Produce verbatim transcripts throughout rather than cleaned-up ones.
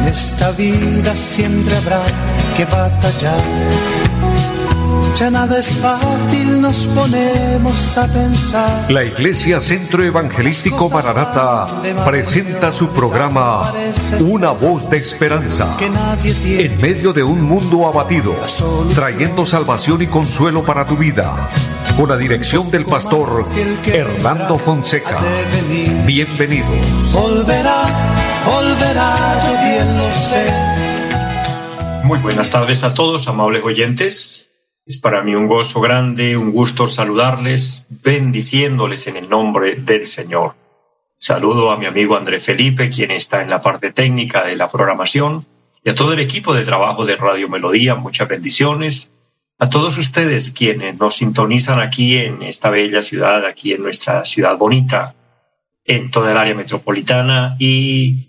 esta vida siempre habrá que batallar. Ya nada es fácil, nos ponemos a pensar. La Iglesia Centro Evangelístico Maranata presenta su programa Una Voz de Esperanza, en medio de un mundo abatido, trayendo salvación y consuelo para tu vida, con la dirección del pastor Hernando Fonseca. Bienvenidos. Volverá, volverá, yo bien lo sé. Muy buenas tardes a todos, amables oyentes. Es para mí un gozo grande, un gusto saludarles, bendiciéndoles en el nombre del Señor. Saludo a mi amigo André Felipe, quien está en la parte técnica de la programación, y a todo el equipo de trabajo de Radio Melodía, muchas bendiciones. A todos ustedes quienes nos sintonizan aquí en esta bella ciudad, aquí en nuestra ciudad bonita, en toda el área metropolitana y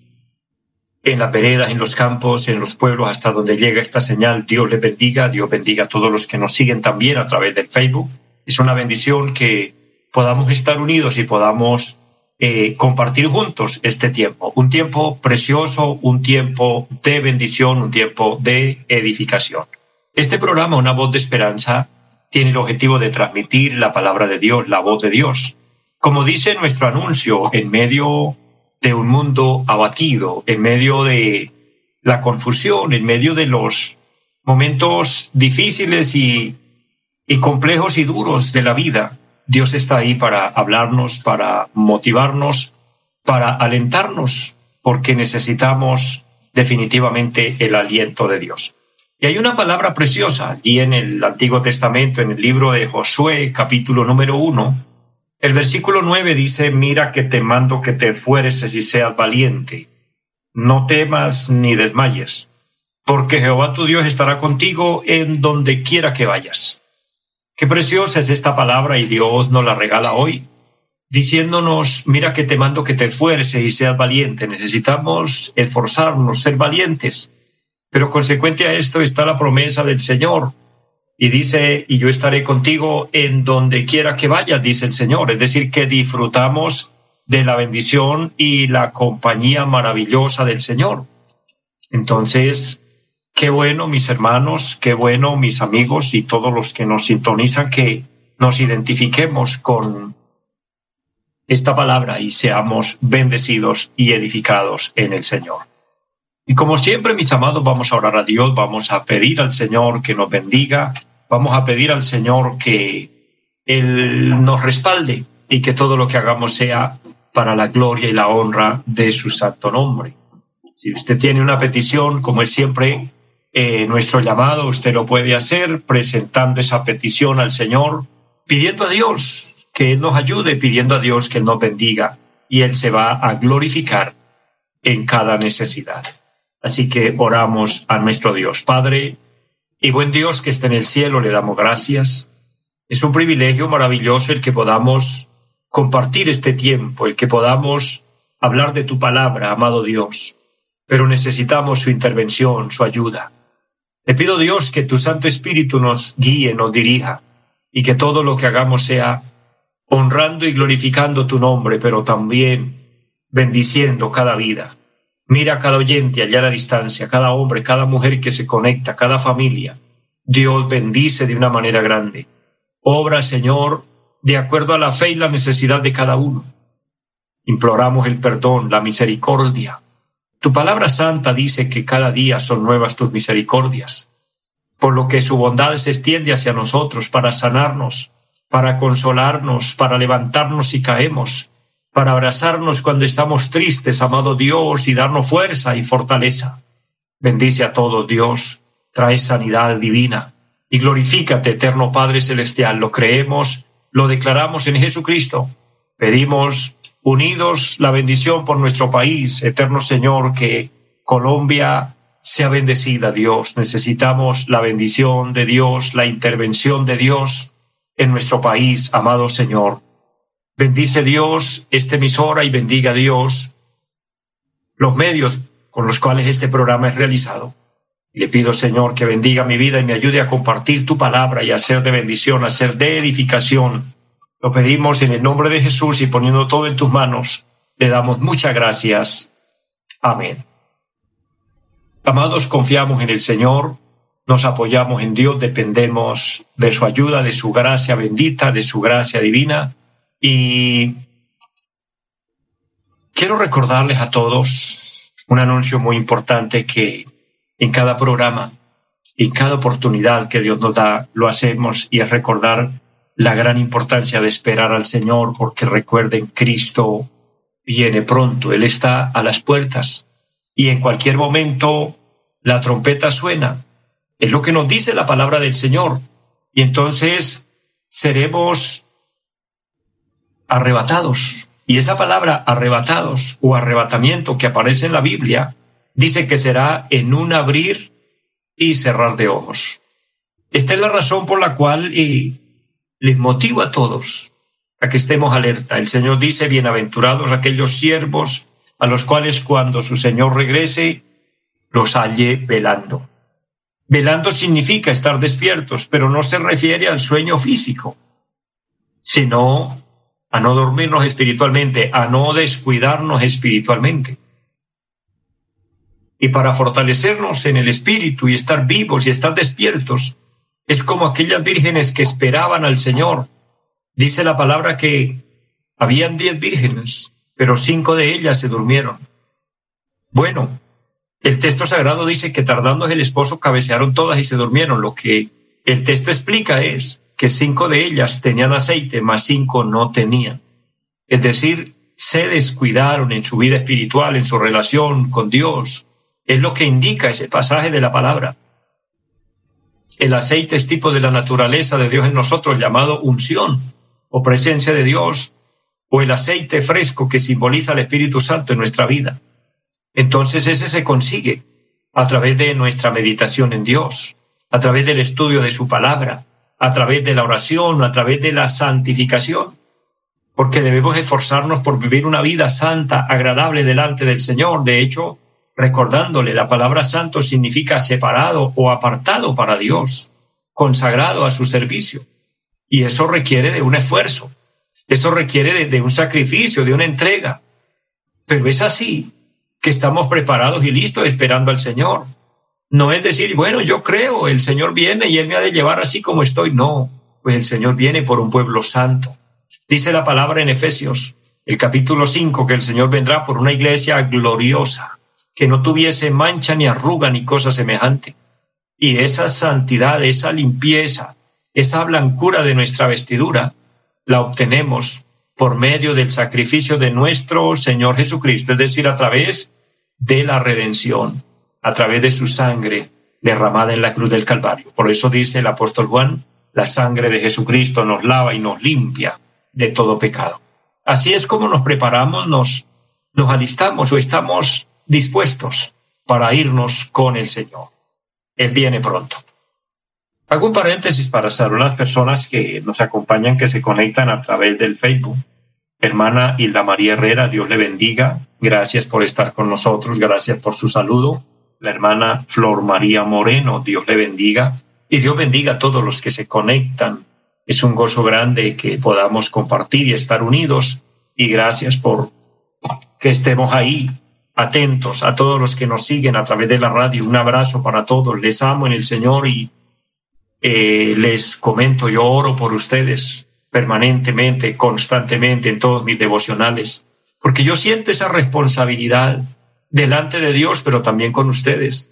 en las veredas, en los campos, en los pueblos, hasta donde llega esta señal. Dios les bendiga, Dios bendiga a todos los que nos siguen también a través del Facebook. Es una bendición que podamos estar unidos y podamos eh, compartir juntos este tiempo. Un tiempo precioso, un tiempo de bendición, un tiempo de edificación. Este programa, Una Voz de Esperanza, tiene el objetivo de transmitir la palabra de Dios, la voz de Dios. Como dice nuestro anuncio, en medio de un mundo abatido, en medio de la confusión, en medio de los momentos difíciles y, y complejos y duros de la vida, Dios está ahí para hablarnos, para motivarnos, para alentarnos, porque necesitamos definitivamente el aliento de Dios. Y hay una palabra preciosa allí en el Antiguo Testamento, en el libro de Josué, capítulo número uno. El versículo nueve dice: mira que te mando que te esfuerces y seas valiente. No temas ni desmayes, porque Jehová tu Dios estará contigo en donde quiera que vayas. Qué preciosa es esta palabra y Dios nos la regala hoy, diciéndonos: mira que te mando que te esfuerces y seas valiente. Necesitamos esforzarnos, ser valientes. Pero consecuente a esto está la promesa del Señor. Y dice: y yo estaré contigo en donde quiera que vayas, dice el Señor. Es decir, que disfrutamos de la bendición y la compañía maravillosa del Señor. Entonces, qué bueno, mis hermanos, qué bueno, mis amigos y todos los que nos sintonizan, que nos identifiquemos con esta palabra y seamos bendecidos y edificados en el Señor. Y como siempre, mis amados, vamos a orar a Dios, vamos a pedir al Señor que nos bendiga, vamos a pedir al Señor que Él nos respalde y que todo lo que hagamos sea para la gloria y la honra de su santo nombre. Si usted tiene una petición, como es siempre eh, nuestro llamado, usted lo puede hacer presentando esa petición al Señor, pidiendo a Dios que Él nos ayude, pidiendo a Dios que Él nos bendiga, y Él se va a glorificar en cada necesidad. Así que oramos a nuestro Dios. Padre y buen Dios que está en el cielo, le damos gracias. Es un privilegio maravilloso el que podamos compartir este tiempo, el que podamos hablar de tu palabra, amado Dios. Pero necesitamos su intervención, su ayuda. Te pido, Dios, que tu Santo Espíritu nos guíe, nos dirija, y que todo lo que hagamos sea honrando y glorificando tu nombre, pero también bendiciendo cada vida. Mira a cada oyente allá a la distancia, cada hombre, cada mujer que se conecta, cada familia. Dios bendice de una manera grande. Obra, Señor, de acuerdo a la fe y la necesidad de cada uno. Imploramos el perdón, la misericordia. Tu palabra santa dice que cada día son nuevas tus misericordias, por lo que su bondad se extiende hacia nosotros para sanarnos, para consolarnos, para levantarnos si caemos, para abrazarnos cuando estamos tristes, amado Dios, y darnos fuerza y fortaleza. Bendice a todos, Dios, trae sanidad divina, y glorifícate, eterno Padre Celestial. Lo creemos, lo declaramos en Jesucristo. Pedimos unidos la bendición por nuestro país, eterno Señor, que Colombia sea bendecida, Dios. Necesitamos la bendición de Dios, la intervención de Dios en nuestro país, amado Señor. Bendice, Dios, esta emisora y bendiga, Dios, los medios con los cuales este programa es realizado. Le pido, Señor, que bendiga mi vida y me ayude a compartir tu palabra y a ser de bendición, a ser de edificación. Lo pedimos en el nombre de Jesús y poniendo todo en tus manos, le damos muchas gracias. Amén. Amados, confiamos en el Señor, nos apoyamos en Dios, dependemos de su ayuda, de su gracia bendita, de su gracia divina. Y quiero recordarles a todos un anuncio muy importante que en cada programa, en cada oportunidad que Dios nos da, lo hacemos, y es recordar la gran importancia de esperar al Señor, porque recuerden, Cristo viene pronto, Él está a las puertas y en cualquier momento la trompeta suena. Es lo que nos dice la palabra del Señor, y entonces seremos arrebatados. Y esa palabra arrebatados o arrebatamiento que aparece en la Biblia dice que será en un abrir y cerrar de ojos. Esta es la razón por la cual eh, les motivo a todos a que estemos alerta. El Señor dice, bienaventurados aquellos siervos a los cuales cuando su Señor regrese los halle velando. Velando significa estar despiertos, pero no se refiere al sueño físico, sino a no dormirnos espiritualmente, a no descuidarnos espiritualmente. Y para fortalecernos en el espíritu y estar vivos y estar despiertos, es como aquellas vírgenes que esperaban al Señor. Dice la palabra que habían diez vírgenes, pero cinco de ellas se durmieron. Bueno, el texto sagrado dice que tardándose el esposo cabecearon todas y se durmieron. Lo que el texto explica es que cinco de ellas tenían aceite, mas cinco no tenían. Es decir, se descuidaron en su vida espiritual, en su relación con Dios. Es lo que indica ese pasaje de la palabra. El aceite es tipo de la naturaleza de Dios en nosotros, llamado unción o presencia de Dios, o el aceite fresco que simboliza el Espíritu Santo en nuestra vida. Entonces ese se consigue a través de nuestra meditación en Dios, a través del estudio de su palabra, a través de la oración, a través de la santificación, porque debemos esforzarnos por vivir una vida santa, agradable delante del Señor. De hecho, recordándole, la palabra santo significa separado o apartado para Dios, consagrado a su servicio. Y eso requiere de un esfuerzo, eso requiere de, de un sacrificio, de una entrega. Pero es así que estamos preparados y listos esperando al Señor. No es decir, bueno, yo creo, el Señor viene y Él me ha de llevar así como estoy. No, pues el Señor viene por un pueblo santo. Dice la palabra en Efesios, el capítulo cinco, que el Señor vendrá por una iglesia gloriosa, que no tuviese mancha ni arruga ni cosa semejante. Y esa santidad, esa limpieza, esa blancura de nuestra vestidura, la obtenemos por medio del sacrificio de nuestro Señor Jesucristo, es decir, a través de la redención, a través de su sangre derramada en la cruz del Calvario. Por eso dice el apóstol Juan, la sangre de Jesucristo nos lava y nos limpia de todo pecado. Así es como nos preparamos, nos, nos alistamos o estamos dispuestos para irnos con el Señor. Él viene pronto. Hago un paréntesis para saludar a las personas que nos acompañan, que se conectan a través del Facebook. Hermana Hilda María Herrera, Dios le bendiga. Gracias por estar con nosotros, gracias por su saludo. La hermana Flor María Moreno, Dios le bendiga. Y Dios bendiga a todos los que se conectan. Es un gozo grande que podamos compartir y estar unidos. Y gracias por que estemos ahí, atentos a todos los que nos siguen a través de la radio. Un abrazo para todos. Les amo en el Señor y eh, les comento, yo oro por ustedes permanentemente, constantemente en todos mis devocionales, porque yo siento esa responsabilidad delante de Dios, pero también con ustedes,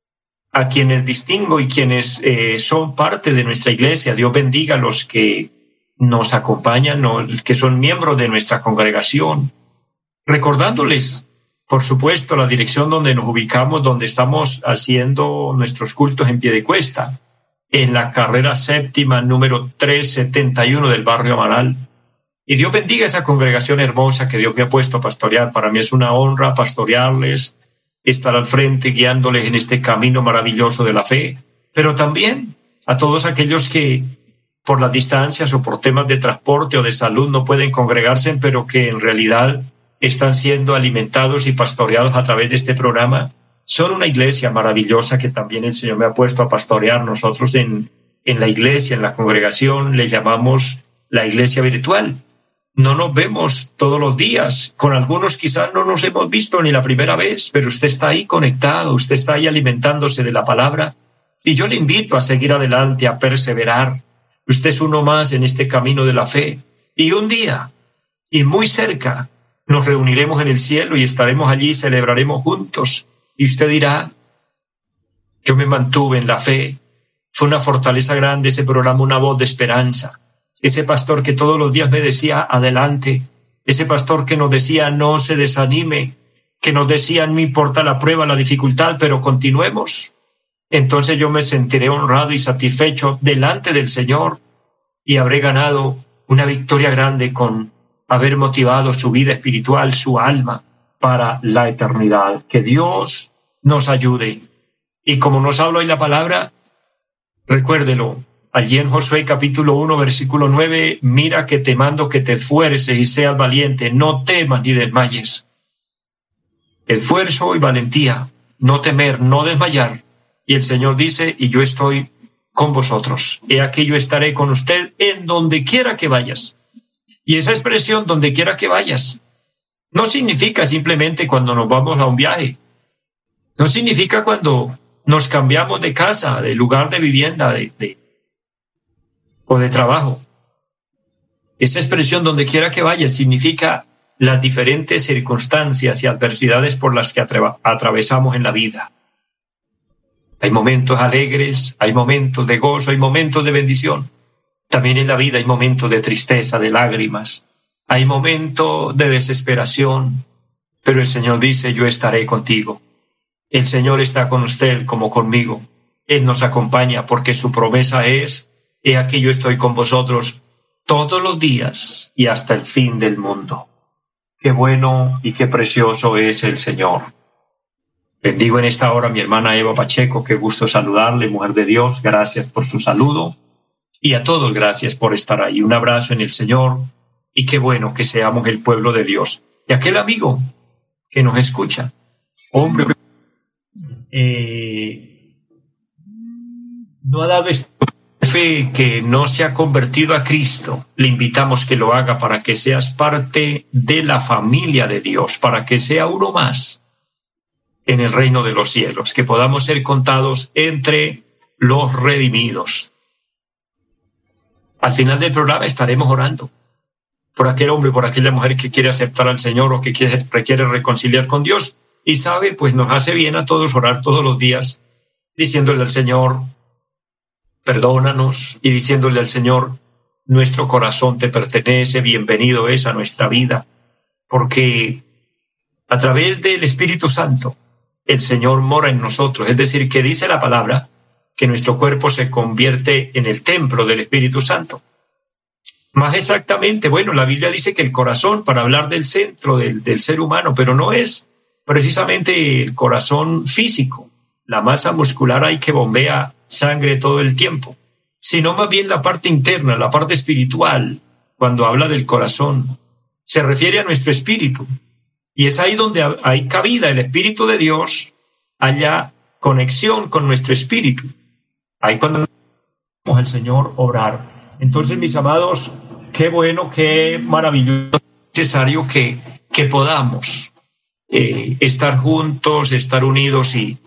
a quienes distingo y quienes eh, son parte de nuestra iglesia. Dios bendiga a los que nos acompañan, o que son miembros de nuestra congregación, recordándoles, por supuesto, la dirección donde nos ubicamos, donde estamos haciendo nuestros cultos en Piedecuesta, en la carrera séptima número trescientos setenta y uno del barrio Amaral. Y Dios bendiga esa congregación hermosa que Dios me ha puesto a pastorear. Para mí es una honra pastorearles, estar al frente guiándoles en este camino maravilloso de la fe, pero también a todos aquellos que por las distancias o por temas de transporte o de salud no pueden congregarse, pero que en realidad están siendo alimentados y pastoreados a través de este programa. Son una iglesia maravillosa que también el Señor me ha puesto a pastorear. Nosotros en, en la iglesia, en la congregación, le llamamos la iglesia virtual. no nos vemos todos los días. Con algunos quizás no nos hemos visto ni la primera vez, pero usted está ahí conectado, usted está ahí alimentándose de la palabra. Y yo le invito a seguir adelante, a perseverar. Usted es uno más en este camino de la fe. Y un día, y muy cerca, nos reuniremos en el cielo y estaremos allí y celebraremos juntos. Y usted dirá, yo me mantuve en la fe. Fue una fortaleza grande ese programa, Una Voz de Esperanza. Ese pastor que todos los días me decía, adelante. Ese pastor que nos decía, no se desanime. Que nos decía, no importa la prueba, la dificultad, pero continuemos. Entonces yo me sentiré honrado y satisfecho delante del Señor y habré ganado una victoria grande con haber motivado su vida espiritual, su alma, para la eternidad. Que Dios nos ayude. Y como nos habla hoy la palabra, recuérdelo, allí en Josué capítulo uno, versículo nueve, mira que te mando que te esfuerces y seas valiente, no temas ni desmayes. Esfuerzo y valentía, no temer, no desmayar. Y el Señor dice, y yo estoy con vosotros. He aquí yo estaré con usted en donde quiera que vayas. Y esa expresión, donde quiera que vayas, no significa simplemente cuando nos vamos a un viaje. No significa cuando nos cambiamos de casa, de lugar de vivienda, de, de, o de trabajo. Esa expresión, donde quiera que vayas, significa las diferentes circunstancias y adversidades por las que atra- atravesamos en la vida. Hay momentos alegres, hay momentos de gozo, hay momentos de bendición. También en la vida hay momentos de tristeza, de lágrimas. Hay momentos de desesperación. Pero el Señor dice, yo estaré contigo. El Señor está con usted como conmigo. Él nos acompaña porque su promesa es, he aquí yo estoy con vosotros todos los días y hasta el fin del mundo. Qué bueno y qué precioso es el Señor. Bendigo en esta hora a mi hermana Eva Pacheco, qué gusto saludarle, mujer de Dios, gracias por su saludo. Y a todos, gracias por estar ahí. Un abrazo en el Señor y qué bueno que seamos el pueblo de Dios. Y aquel amigo que nos escucha, hombre, eh, no ha dado esta fe, que no se ha convertido a Cristo, le invitamos que lo haga para que seas parte de la familia de Dios, para que sea uno más en el reino de los cielos, que podamos ser contados entre los redimidos. Al final del programa estaremos orando por aquel hombre, por aquella mujer que quiere aceptar al Señor o que quiere, requiere reconciliar con Dios. Y sabe, pues nos hace bien a todos orar todos los días, diciéndole al Señor, perdónanos, y diciéndole al Señor, nuestro corazón te pertenece, bienvenido es a nuestra vida, porque a través del Espíritu Santo el Señor mora en nosotros. Es decir, que dice la palabra que nuestro cuerpo se convierte en el templo del Espíritu Santo. Más exactamente, bueno, la Biblia dice que el corazón, para hablar del centro del, del ser humano, pero no es precisamente el corazón físico, la masa muscular ahí que bombea sangre todo el tiempo, sino más bien la parte interna, la parte espiritual. Cuando habla del corazón, se refiere a nuestro espíritu. Y es ahí donde hay cabida el Espíritu de Dios, haya conexión con nuestro espíritu. Ahí cuando vemos al Señor obrar. Entonces, mis amados, qué bueno, qué maravilloso, necesario que, que podamos eh, estar juntos, estar unidos y,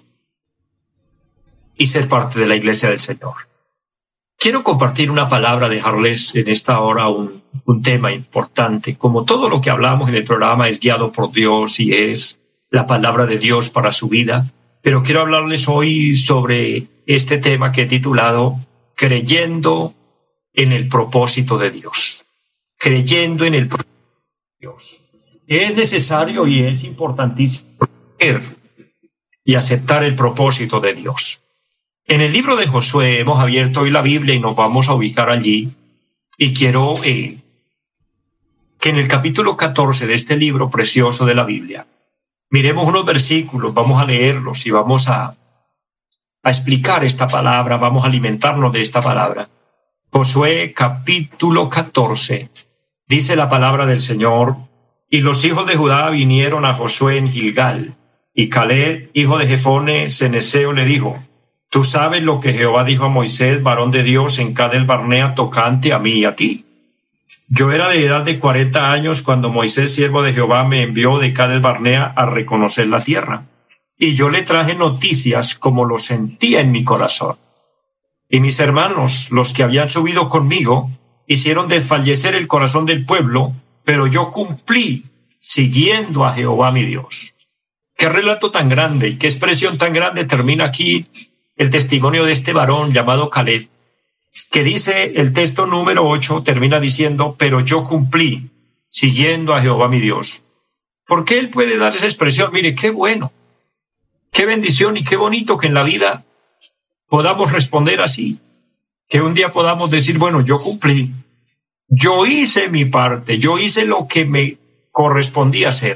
y ser parte de la iglesia del Señor. Quiero compartir una palabra, dejarles en esta hora un, un tema importante. Como todo lo que hablamos en el programa es guiado por Dios y es la palabra de Dios para su vida, pero quiero hablarles hoy sobre este tema que he titulado Creyendo en el propósito de Dios. Creyendo en el propósito de Dios. Es necesario y es importantísimo creer y aceptar el propósito de Dios. En el libro de Josué hemos abierto hoy la Biblia y nos vamos a ubicar allí. Y quiero eh, que en el capítulo catorce de este libro precioso de la Biblia, miremos unos versículos, vamos a leerlos y vamos a, a explicar esta palabra, vamos a alimentarnos de esta palabra. Josué capítulo catorce, dice la palabra del Señor, y los hijos de Judá vinieron a Josué en Gilgal, y Caleb, hijo de Jefone, ceneseo, le dijo, tú sabes lo que Jehová dijo a Moisés, varón de Dios, en Cades Barnea, tocante a mí y a ti. Yo era de edad de cuarenta años cuando Moisés, siervo de Jehová, me envió de Cades Barnea a reconocer la tierra. Y yo le traje noticias como lo sentía en mi corazón. Y mis hermanos, los que habían subido conmigo, hicieron desfallecer el corazón del pueblo, pero yo cumplí siguiendo a Jehová mi Dios. Qué relato tan grande y qué expresión tan grande termina aquí el testimonio de este varón llamado Caleb, que dice el texto número ocho, termina diciendo, pero yo cumplí siguiendo a Jehová mi Dios. ¿Por qué él puede dar esa expresión? Mire, qué bueno, qué bendición y qué bonito que en la vida podamos responder así, que un día podamos decir, bueno, yo cumplí, yo hice mi parte, yo hice lo que me correspondía hacer.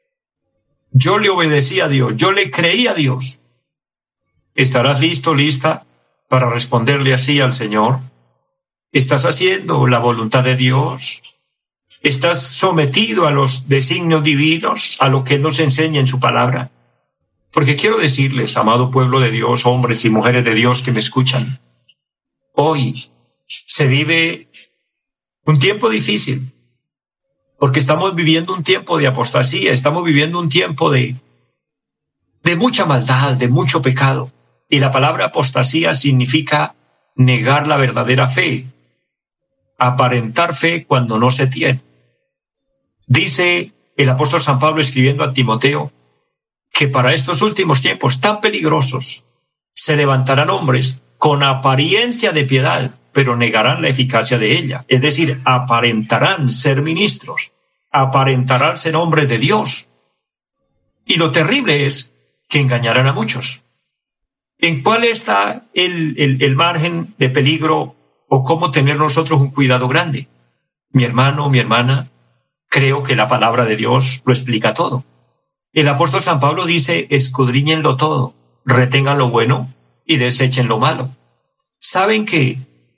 Yo le obedecí a Dios, yo le creí a Dios. ¿Estarás listo, lista para responderle así al Señor? ¿Estás haciendo la voluntad de Dios? ¿Estás sometido a los designios divinos, a lo que Él nos enseña en su palabra? Porque quiero decirles, amado pueblo de Dios, hombres y mujeres de Dios que me escuchan, hoy se vive un tiempo difícil, porque estamos viviendo un tiempo de apostasía, estamos viviendo un tiempo de, de mucha maldad, de mucho pecado. Y la palabra apostasía significa negar la verdadera fe, aparentar fe cuando no se tiene. Dice el apóstol San Pablo escribiendo a Timoteo que para estos últimos tiempos tan peligrosos se levantarán hombres con apariencia de piedad, pero negarán la eficacia de ella. Es decir, aparentarán ser ministros, aparentarán ser hombres de Dios. Y lo terrible es que engañarán a muchos. ¿En cuál está el, el, el margen de peligro o cómo tener nosotros un cuidado grande? Mi hermano, mi hermana, creo que la palabra de Dios lo explica todo. El apóstol San Pablo dice, escudriñenlo todo, retengan lo bueno y desechen lo malo. ¿Saben qué?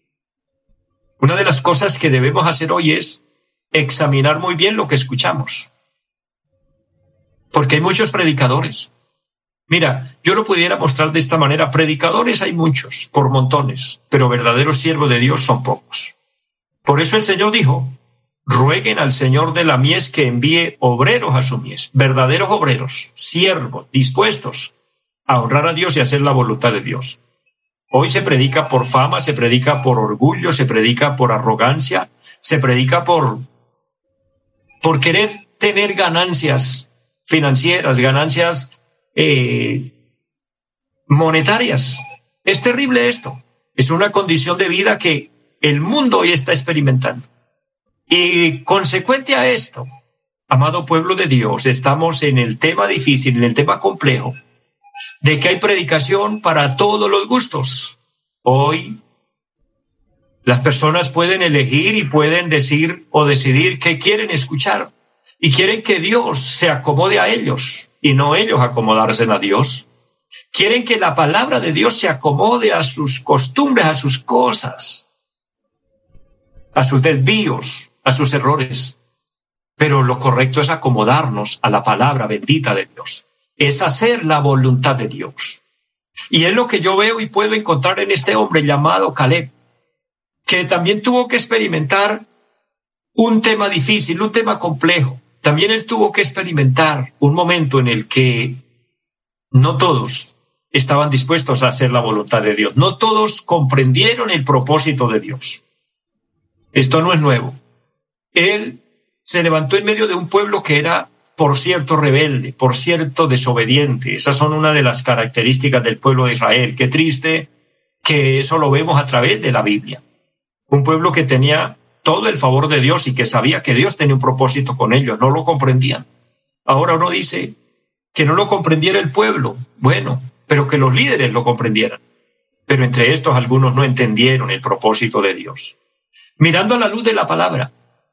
Una de las cosas que debemos hacer hoy es examinar muy bien lo que escuchamos. Porque hay muchos predicadores. Mira, yo lo pudiera mostrar de esta manera. Predicadores hay muchos, por montones, pero verdaderos siervos de Dios son pocos. Por eso el Señor dijo, rueguen al Señor de la mies que envíe obreros a su mies, verdaderos obreros, siervos, dispuestos a honrar a Dios y hacer la voluntad de Dios. Hoy se predica por fama, se predica por orgullo, se predica por arrogancia, se predica por, por querer tener ganancias financieras, ganancias eh, monetarias. Es terrible esto. Es una condición de vida que el mundo hoy está experimentando. Y consecuente a esto, amado pueblo de Dios, estamos en el tema difícil, en el tema complejo, de que hay predicación para todos los gustos. Hoy las personas pueden elegir y pueden decir o decidir qué quieren escuchar y quieren que Dios se acomode a ellos y no ellos acomodarse a Dios. Quieren que la palabra de Dios se acomode a sus costumbres, a sus cosas, a sus desvíos, a sus errores. Pero lo correcto es acomodarnos a la palabra bendita de Dios. Es hacer la voluntad de Dios. Y es lo que yo veo y puedo encontrar en este hombre llamado Caleb, que también tuvo que experimentar un tema difícil, un tema complejo. También él tuvo que experimentar un momento en el que no todos estaban dispuestos a hacer la voluntad de Dios. No todos comprendieron el propósito de Dios. Esto no es nuevo. Él se levantó en medio de un pueblo que era, por cierto, rebelde, por cierto, desobediente. Esas son una de las características del pueblo de Israel. Qué triste que eso lo vemos a través de la Biblia. Un pueblo que tenía todo el favor de Dios y que sabía que Dios tenía un propósito con ellos, no lo comprendían. Ahora uno dice que no lo comprendiera el pueblo. Bueno, pero que los líderes lo comprendieran. Pero entre estos algunos no entendieron el propósito de Dios. Mirando a la luz de la palabra,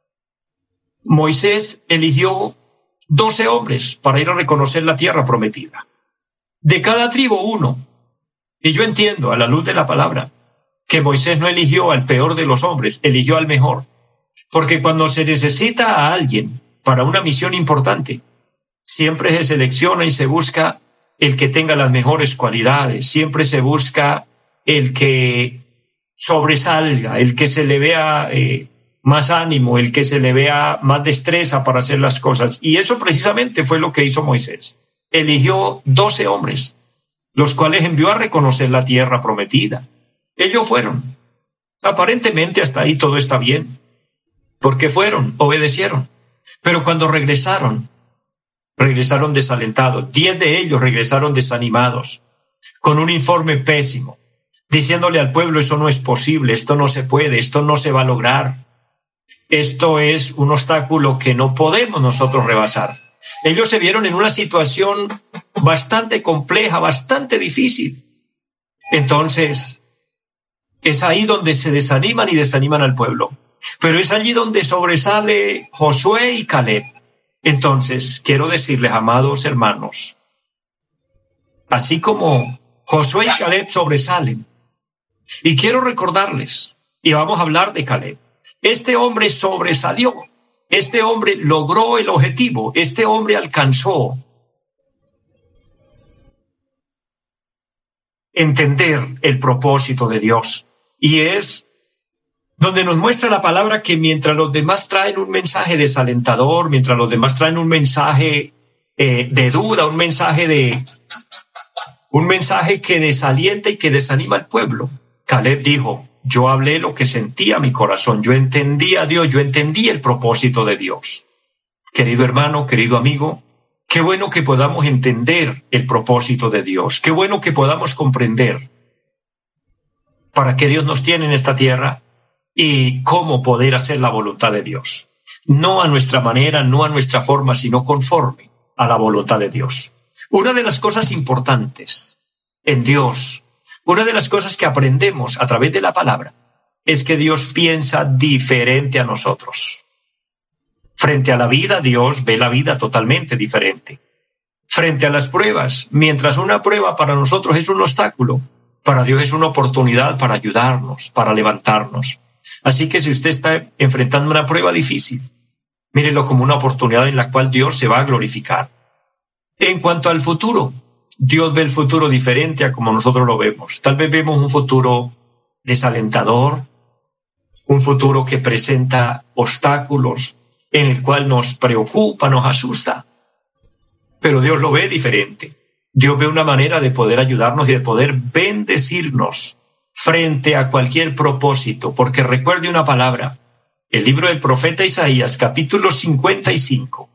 Moisés eligió doce hombres para ir a reconocer la tierra prometida. De cada tribu uno. Y yo entiendo, a la luz de la palabra, que Moisés no eligió al peor de los hombres, eligió al mejor. Porque cuando se necesita a alguien para una misión importante, siempre se selecciona y se busca el que tenga las mejores cualidades, siempre se busca el que sobresalga, el que se le vea eh, más ánimo, el que se le vea más destreza para hacer las cosas. Y eso precisamente fue lo que hizo Moisés. Eligió doce hombres, los cuales envió a reconocer la tierra prometida. Ellos fueron. Aparentemente hasta ahí todo está bien, porque fueron, obedecieron. Pero cuando regresaron, regresaron desalentados. Diez de ellos regresaron desanimados, con un informe pésimo, diciéndole al pueblo: eso no es posible, esto no se puede, esto no se va a lograr. Esto es un obstáculo que no podemos nosotros rebasar. Ellos se vieron en una situación bastante compleja, bastante difícil. Entonces, es ahí donde se desaniman y desaniman al pueblo. Pero es allí donde sobresale Josué y Caleb. Entonces, quiero decirles, amados hermanos, así como Josué y Caleb sobresalen, y quiero recordarles, y vamos a hablar de Caleb, este hombre sobresalió, este hombre logró el objetivo, este hombre alcanzó entender el propósito de Dios. Y es donde nos muestra la palabra que mientras los demás traen un mensaje desalentador, mientras los demás traen un mensaje eh, de duda, un mensaje de un mensaje que desalienta y que desanima al pueblo, Caleb dijo: yo hablé lo que sentía mi corazón, yo entendí a Dios, yo entendí el propósito de Dios. Querido hermano, querido amigo, qué bueno que podamos entender el propósito de Dios, qué bueno que podamos comprender para qué Dios nos tiene en esta tierra y cómo poder hacer la voluntad de Dios. No a nuestra manera, no a nuestra forma, sino conforme a la voluntad de Dios. Una de las cosas importantes en Dios, una de las cosas que aprendemos a través de la palabra, es que Dios piensa diferente a nosotros. Frente a la vida, Dios ve la vida totalmente diferente. Frente a las pruebas, mientras una prueba para nosotros es un obstáculo, para Dios es una oportunidad para ayudarnos, para levantarnos. Así que si usted está enfrentando una prueba difícil, mírelo como una oportunidad en la cual Dios se va a glorificar. En cuanto al futuro, Dios ve el futuro diferente a como nosotros lo vemos. Tal vez vemos un futuro desalentador, un futuro que presenta obstáculos, en el cual nos preocupa, nos asusta. Pero Dios lo ve diferente. Dios ve una manera de poder ayudarnos y de poder bendecirnos frente a cualquier propósito, porque recuerde una palabra, el libro del profeta Isaías, capítulo cincuenta y cinco,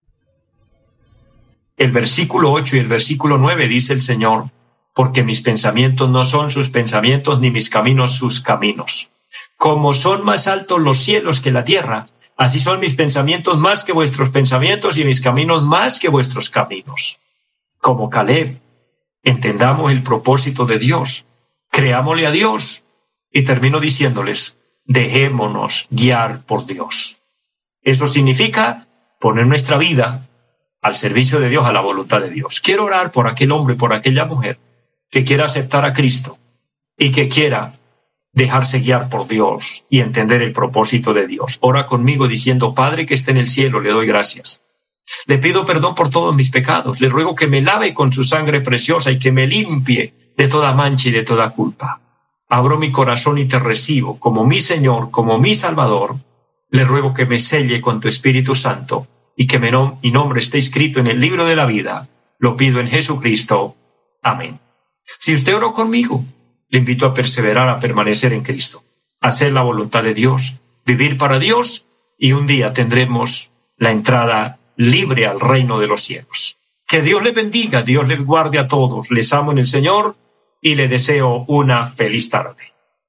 el versículo ocho y el versículo nueve, dice el Señor: porque mis pensamientos no son sus pensamientos, ni mis caminos sus caminos. Como son más altos los cielos que la tierra, así son mis pensamientos más que vuestros pensamientos y mis caminos más que vuestros caminos. Como Caleb, entendamos el propósito de Dios, creámosle a Dios, y termino diciéndoles: dejémonos guiar por Dios. Eso significa poner nuestra vida al servicio de Dios, a la voluntad de Dios. Quiero orar por aquel hombre, por aquella mujer que quiera aceptar a Cristo y que quiera dejarse guiar por Dios y entender el propósito de Dios. Ora conmigo diciendo: Padre que está en el cielo, le doy gracias. Le pido perdón por todos mis pecados. Le ruego que me lave con su sangre preciosa y que me limpie de toda mancha y de toda culpa. Abro mi corazón y te recibo como mi Señor, como mi Salvador. Le ruego que me selle con tu Espíritu Santo y que mi nombre esté escrito en el libro de la vida. Lo pido en Jesucristo. Amén. Si usted oró conmigo, le invito a perseverar, a permanecer en Cristo, a hacer la voluntad de Dios, vivir para Dios, y un día tendremos la entrada libre al reino de los cielos. Que Dios les bendiga, Dios les guarde a todos. Les amo en el Señor y les deseo una feliz tarde.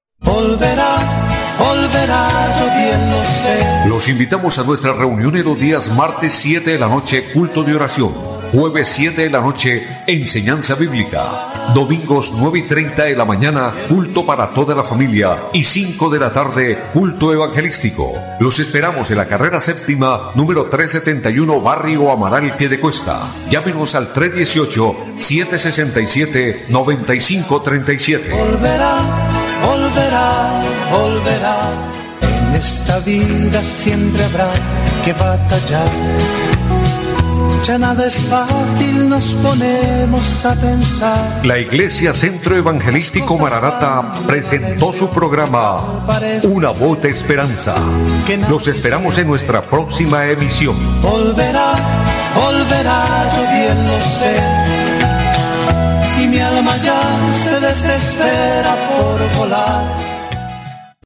Volverá, volverá, yo bien lo sé. Los invitamos a nuestra reunión en los días martes siete de la noche, culto de oración. Jueves siete de la noche, enseñanza bíblica. Domingos nueve y treinta de la mañana, culto para toda la familia. Y cinco de la tarde, culto evangelístico. Los esperamos en la carrera séptima, número trescientos setenta y uno, Barrio Amaral, Piedecuesta. Llámenos al tres uno ocho, siete seis siete, nueve cinco tres siete. Volverá, volverá, volverá. En esta vida siempre habrá que batallar. Ya nada es fácil, nos ponemos a pensar. La Iglesia Centro Evangelístico Maranata presentó su programa Una Voz de Esperanza. Los esperamos en nuestra próxima emisión. Volverá, volverá, yo bien lo sé. Y mi alma ya se desespera por volar.